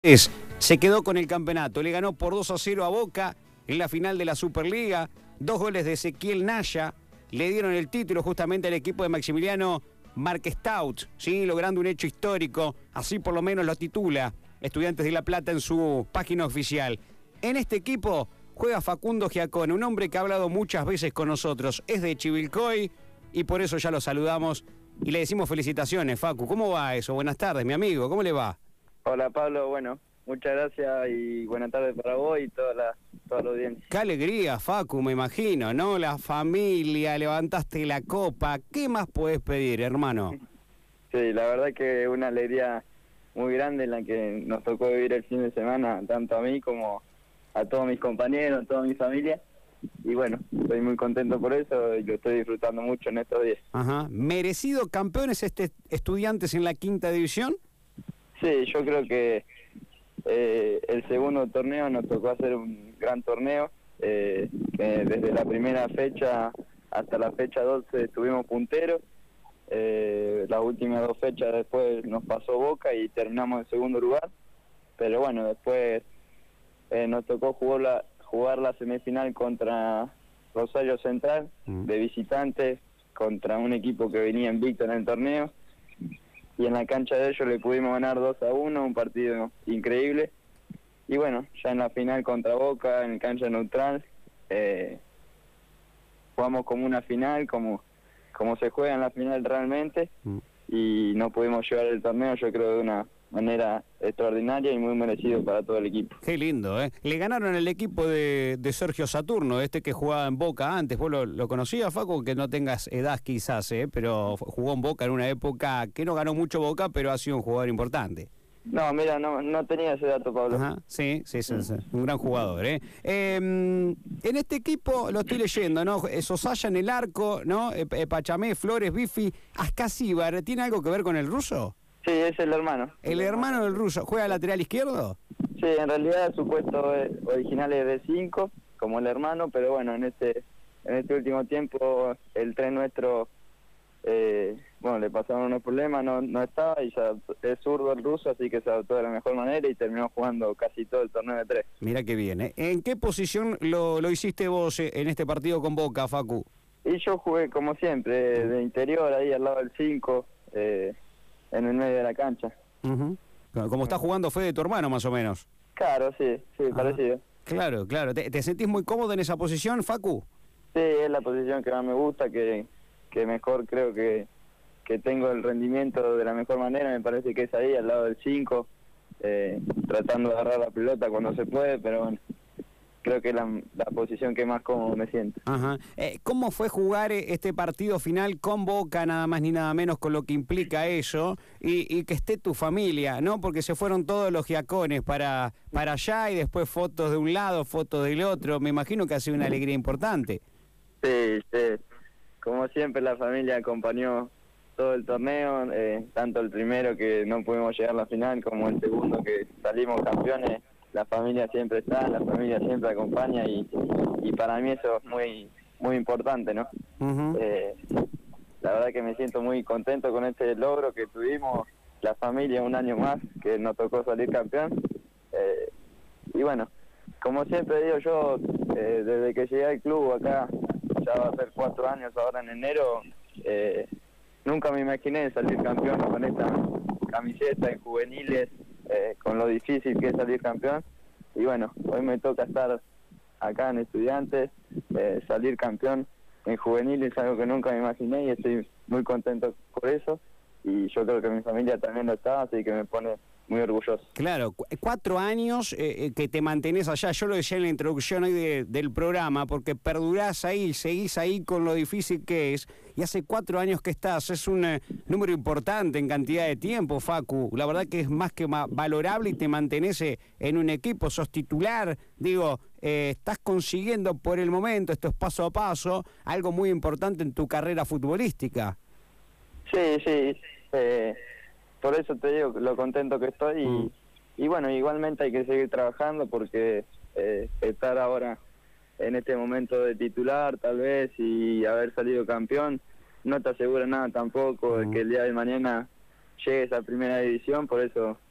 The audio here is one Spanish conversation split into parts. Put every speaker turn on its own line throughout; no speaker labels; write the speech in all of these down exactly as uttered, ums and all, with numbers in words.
Es, se quedó con el campeonato, le ganó por dos a cero a Boca en la final de la Superliga, dos goles de Ezequiel Naya, le dieron el título justamente al equipo de Maximiliano Marquestaut, ¿sí? Logrando un hecho histórico, así por lo menos lo titula Estudiantes de La Plata en su página oficial. En este equipo juega Facundo Giacone, un hombre que ha hablado muchas veces con nosotros, es de Chivilcoy y por eso ya lo saludamos y le decimos felicitaciones, Facu. ¿Cómo va eso? Buenas tardes, mi amigo, ¿cómo le va?
Hola Pablo, bueno, muchas gracias y buenas tardes para vos y toda la, toda la audiencia.
Qué alegría, Facu, me imagino, ¿no? La familia, levantaste la copa, ¿qué más podés pedir, hermano?
Sí, la verdad que una alegría muy grande en la que nos tocó vivir el fin de semana, tanto a mí como a todos mis compañeros, a toda mi familia. Y bueno, estoy muy contento por eso y lo estoy disfrutando mucho en estos días.
Ajá. ¿Merecido campeones este Estudiantes en la quinta división?
Sí, yo creo que eh, el segundo torneo nos tocó hacer un gran torneo, eh, que desde la primera fecha hasta la fecha doce estuvimos punteros, eh, las últimas dos fechas después nos pasó Boca y terminamos en segundo lugar, pero bueno, después eh, nos tocó jugar la, jugar la semifinal contra Rosario Central, mm. de visitantes, contra un equipo que venía invicto en el torneo, y en la cancha de ellos le pudimos ganar dos a uno, un partido increíble. Y bueno, ya en la final contra Boca, en cancha neutral, eh, jugamos como una final, como, como se juega en la final realmente, mm. y no pudimos llevar el torneo, yo creo, de una manera extraordinaria y muy merecido para todo el equipo.
Qué lindo, ¿eh? Le ganaron el equipo de, de Sergio Saturno, este que jugaba en Boca antes. ¿Vos lo, lo conocías, Facu? Que no tengas edad quizás, ¿eh? Pero jugó en Boca en una época que no ganó mucho Boca, pero ha sido un jugador importante.
No, mira, no, no tenía ese dato, Pablo.
Ajá, sí, sí, sí, sí, un gran jugador, ¿eh? Eh, En este equipo, lo estoy leyendo, ¿no? Sosaya en el arco, ¿no? Eh, Pachamé, Flores, Bifi, Ascasíbar, ¿tiene algo que ver con el ruso?
Sí, es el hermano.
¿El hermano del ruso juega lateral izquierdo?
Sí, en realidad su puesto original es de cinco, como el hermano, pero bueno, en este en este último tiempo el tren nuestro, eh, bueno, le pasaron unos problemas, no, no estaba y ya es zurdo el ruso, así que se adaptó de la mejor manera y terminó jugando casi todo el torneo de tres.
Mira qué bien, ¿eh? ¿En qué posición lo, lo hiciste vos en este partido con Boca, Facu?
Y yo jugué como siempre, de interior, ahí al lado del cinco, eh, en el medio de la cancha.
Uh-huh. Como está jugando Fede, tu hermano, más o menos.
Claro, sí, sí, ah, parecido.
Claro, claro. ¿Te, ¿Te sentís muy cómodo en esa posición, Facu?
Sí, es la posición que más me gusta, que, que mejor creo que, que tengo el rendimiento de la mejor manera. Me parece que es ahí, al lado del cinco, eh, tratando de agarrar la pelota cuando se puede, pero bueno, creo que es la, la posición que más cómodo me siento.
Ajá. Eh, ¿Cómo fue jugar este partido final con Boca, nada más ni nada menos, con lo que implica eso, y, y que esté tu familia, ¿no? Porque se fueron todos los giacones para, para allá y después fotos de un lado, fotos del otro. Me imagino que ha sido una alegría importante.
Sí, sí. Como siempre la familia acompañó todo el torneo, eh, tanto el primero que no pudimos llegar a la final como el segundo que salimos campeones. La familia siempre está, la familia siempre acompaña y, y para mí eso es muy muy importante, ¿no? Uh-huh. eh, la verdad que me siento muy contento con este logro que tuvimos, la familia un año más que nos tocó salir campeón. Eh, y bueno, como siempre digo yo, eh, desde que llegué al club acá, ya va a ser cuatro años ahora en enero, eh, nunca me imaginé salir campeón con esta camiseta en juveniles, Eh, con lo difícil que es salir campeón, y bueno, hoy me toca estar acá en Estudiantes, eh, salir campeón en juveniles, algo que nunca me imaginé y estoy muy contento por eso, y yo creo que mi familia también lo está, así que me pone muy orgulloso.
Claro, cu cuatro años eh, que te mantenés allá, yo lo decía en la introducción hoy de, del programa, porque perdurás ahí, seguís ahí con lo difícil que es, y hace cuatro años que estás, es un eh, número importante en cantidad de tiempo, Facu, la verdad que es más que ma valorable y te mantenés eh, en un equipo, sos titular, digo, eh, estás consiguiendo por el momento, esto es paso a paso, algo muy importante en tu carrera futbolística.
Sí, sí, eh... por eso te digo lo contento que estoy y, mm. y bueno, igualmente hay que seguir trabajando porque eh, estar ahora en este momento de titular tal vez y haber salido campeón no te asegura nada tampoco mm. de que el día de mañana llegues a primera división, por eso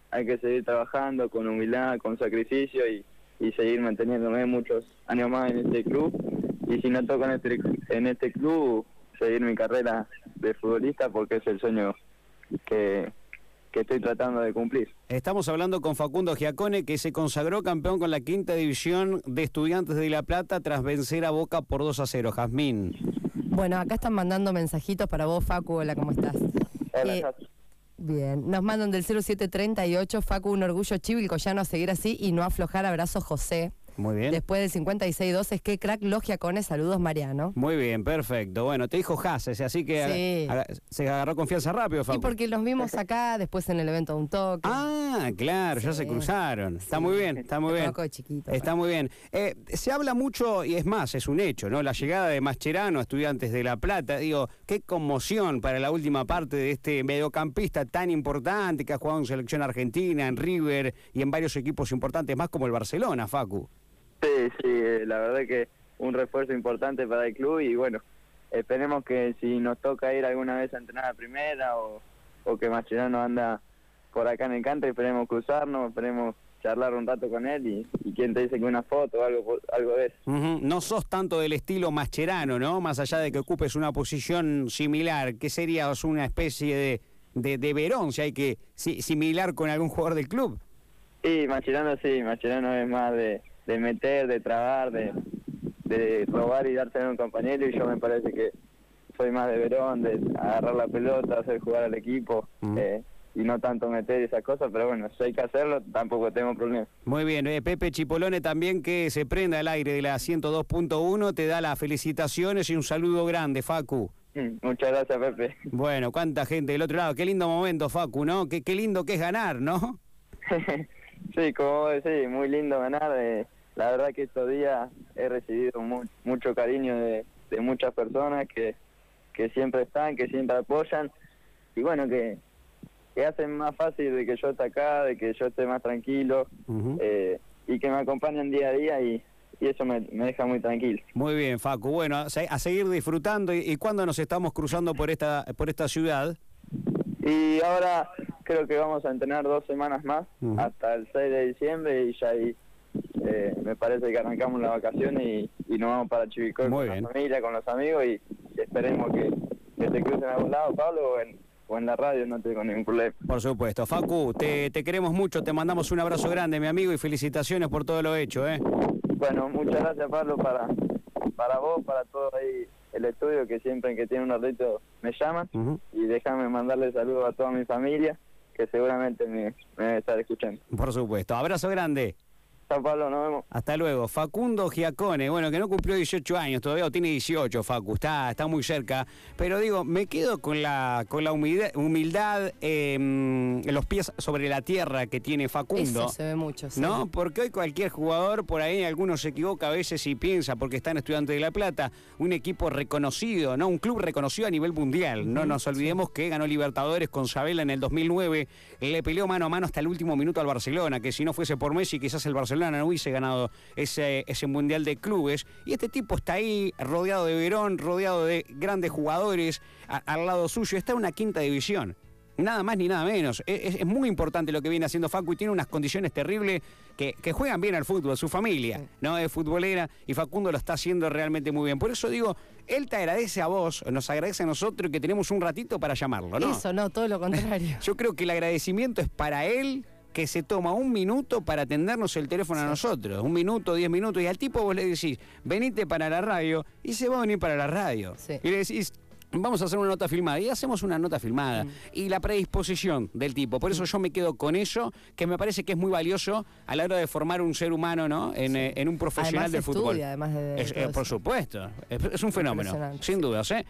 hay que seguir trabajando con humildad, con sacrificio y, y seguir manteniéndome muchos años más en este club. Y si no toco en este, en este club, seguir mi carrera de futbolista porque es el sueño que, que estoy tratando de cumplir.
Estamos hablando con Facundo Giacone, que se consagró campeón con la quinta división de Estudiantes de La Plata tras vencer a Boca por dos a cero. Jazmín.
Bueno, acá están mandando mensajitos para vos, Facu. Hola, ¿cómo estás?
Hola,
Eh, bien, nos mandan del cero siete treinta y ocho, Facu, un orgullo chivilcoyano a seguir así y no aflojar. Abrazo, José.
Muy bien.
Después del cincuenta y seis doce, es que crack, los Giacones, saludos, Mariano.
Muy bien, perfecto. Bueno, te dijo Hases, así que
Sí.
aga- se agarró confianza rápido, Facu.
Y porque los vimos acá, después en el evento de un toque.
Ah, claro, ya
Sí.
se cruzaron. Está
Sí.
muy bien, está muy
Te
bien.
conozco de chiquito.
Está muy bien. Eh, se habla mucho, y es más, es un hecho, ¿no? La llegada de Mascherano a Estudiantes de La Plata. Digo, qué conmoción para la última parte de este mediocampista tan importante que ha jugado en Selección Argentina, en River y en varios equipos importantes, más como el Barcelona, Facu.
Sí, sí, eh, la verdad que un refuerzo importante para el club y bueno, esperemos que si nos toca ir alguna vez a entrenar a primera o, o que Mascherano anda por acá en el country, esperemos cruzarnos, esperemos charlar un rato con él y, y quién te dice que una foto o algo, por- algo de eso.
Ujú. No sos tanto del estilo Mascherano, ¿no? Más allá de que ocupes una posición similar, ¿qué serías una especie de, de, de Verón, si hay que si, similar con algún jugador del club?
Y Mascherano sí, Mascherano es más de, de meter, de trabar, de, de robar y dárselo a un compañero y yo me parece que soy más de Verón, de agarrar la pelota, hacer jugar al equipo.
Ujú.
eh, y no tanto meter esas cosas, pero bueno, si hay que hacerlo, tampoco tengo problema.
Muy bien, eh, Pepe Chipolone también, que se prenda al aire de la ciento dos punto uno, te da las felicitaciones y un saludo grande, Facu.
Mm, Muchas gracias, Pepe.
Bueno, cuánta gente del otro lado, qué lindo momento, Facu, ¿no? Qué, qué lindo que es ganar, ¿no?
Sí, como vos decís, muy lindo ganar. eh, la verdad que estos días he recibido mu- mucho cariño de, de muchas personas que, que siempre están, que siempre apoyan. Y bueno, que, que hacen más fácil de que yo esté acá, de que yo esté más tranquilo
Ujú.
eh, y que me acompañan día a día y, y eso me, me deja muy tranquilo.
Muy bien, Facu. Bueno, a, se- a seguir disfrutando. ¿Y, y cuándo nos estamos cruzando por esta, por esta ciudad?
Y ahora creo que vamos a entrenar dos semanas más,
Ujú.
hasta el seis de diciembre y ya ahí eh, me parece que arrancamos las vacaciones y, y nos vamos para Chivilcoy
Muy
con
bien.
la familia, con los amigos y, y esperemos que, que te crucen a algún lado, Pablo, o en, o en la radio, no tengo ningún problema.
Por supuesto. Facu, te, te queremos mucho, te mandamos un abrazo grande, mi amigo, y felicitaciones por todo lo hecho, ¿eh?
Bueno, muchas gracias, Pablo, para, para vos, para todo ahí el estudio, que siempre que tiene un ratito me llaman.
Ujú.
Y déjame mandarle saludos a toda mi familia, que seguramente me, me debe estar escuchando.
Por supuesto. Abrazo grande.
Chao, Pablo, nos vemos.
Hasta luego. Facundo Giacone, bueno, que no cumplió dieciocho años todavía, o tiene dieciocho, Facu, está, está muy cerca. Pero digo, me quedo con la con la humildad, humildad eh, los pies sobre la tierra que tiene Facundo.
Eso se ve mucho, sí.
¿No? Porque hoy cualquier jugador, por ahí algunos se equivoca a veces y piensa, porque está en Estudiantes de La Plata, un equipo reconocido, ¿no? Un club reconocido a nivel mundial. No nos olvidemos que ganó Libertadores con Sabela en el dos mil nueve, le peleó mano a mano hasta el último minuto al Barcelona, que si no fuese por Messi, quizás el Barcelona no hubiese ganado ese, ese Mundial de Clubes. Y este tipo está ahí, rodeado de Verón, rodeado de grandes jugadores, a- al lado suyo, está en una quinta división. Nada más ni nada menos. Es, es muy importante lo que viene haciendo Facu y tiene unas condiciones terribles que, que juegan bien al fútbol, su familia,
Sí.
¿no? Es futbolera y Facundo lo está haciendo realmente muy bien. Por eso digo, él te agradece a vos, nos agradece a nosotros que tenemos un ratito para llamarlo, ¿no?
Eso, no, todo lo contrario.
Yo creo que el agradecimiento es para él, que se toma un minuto para atendernos el teléfono a nosotros. Un minuto, diez minutos. Y al tipo vos le decís, venite para la radio, y se va a venir para la radio.
Sí.
Y le decís, vamos a hacer una nota filmada. Y hacemos una nota filmada.
Mm.
Y la predisposición del tipo. Por eso yo me quedo con eso, que me parece que es muy valioso a la hora de formar un ser humano, ¿no? En, eh, en un profesional
Además
del
estudia,
fútbol.
además de
Es-
todo
eh, por
eso.
supuesto. Es, es un fenómeno,
Impresionante.
sin dudas, ¿eh?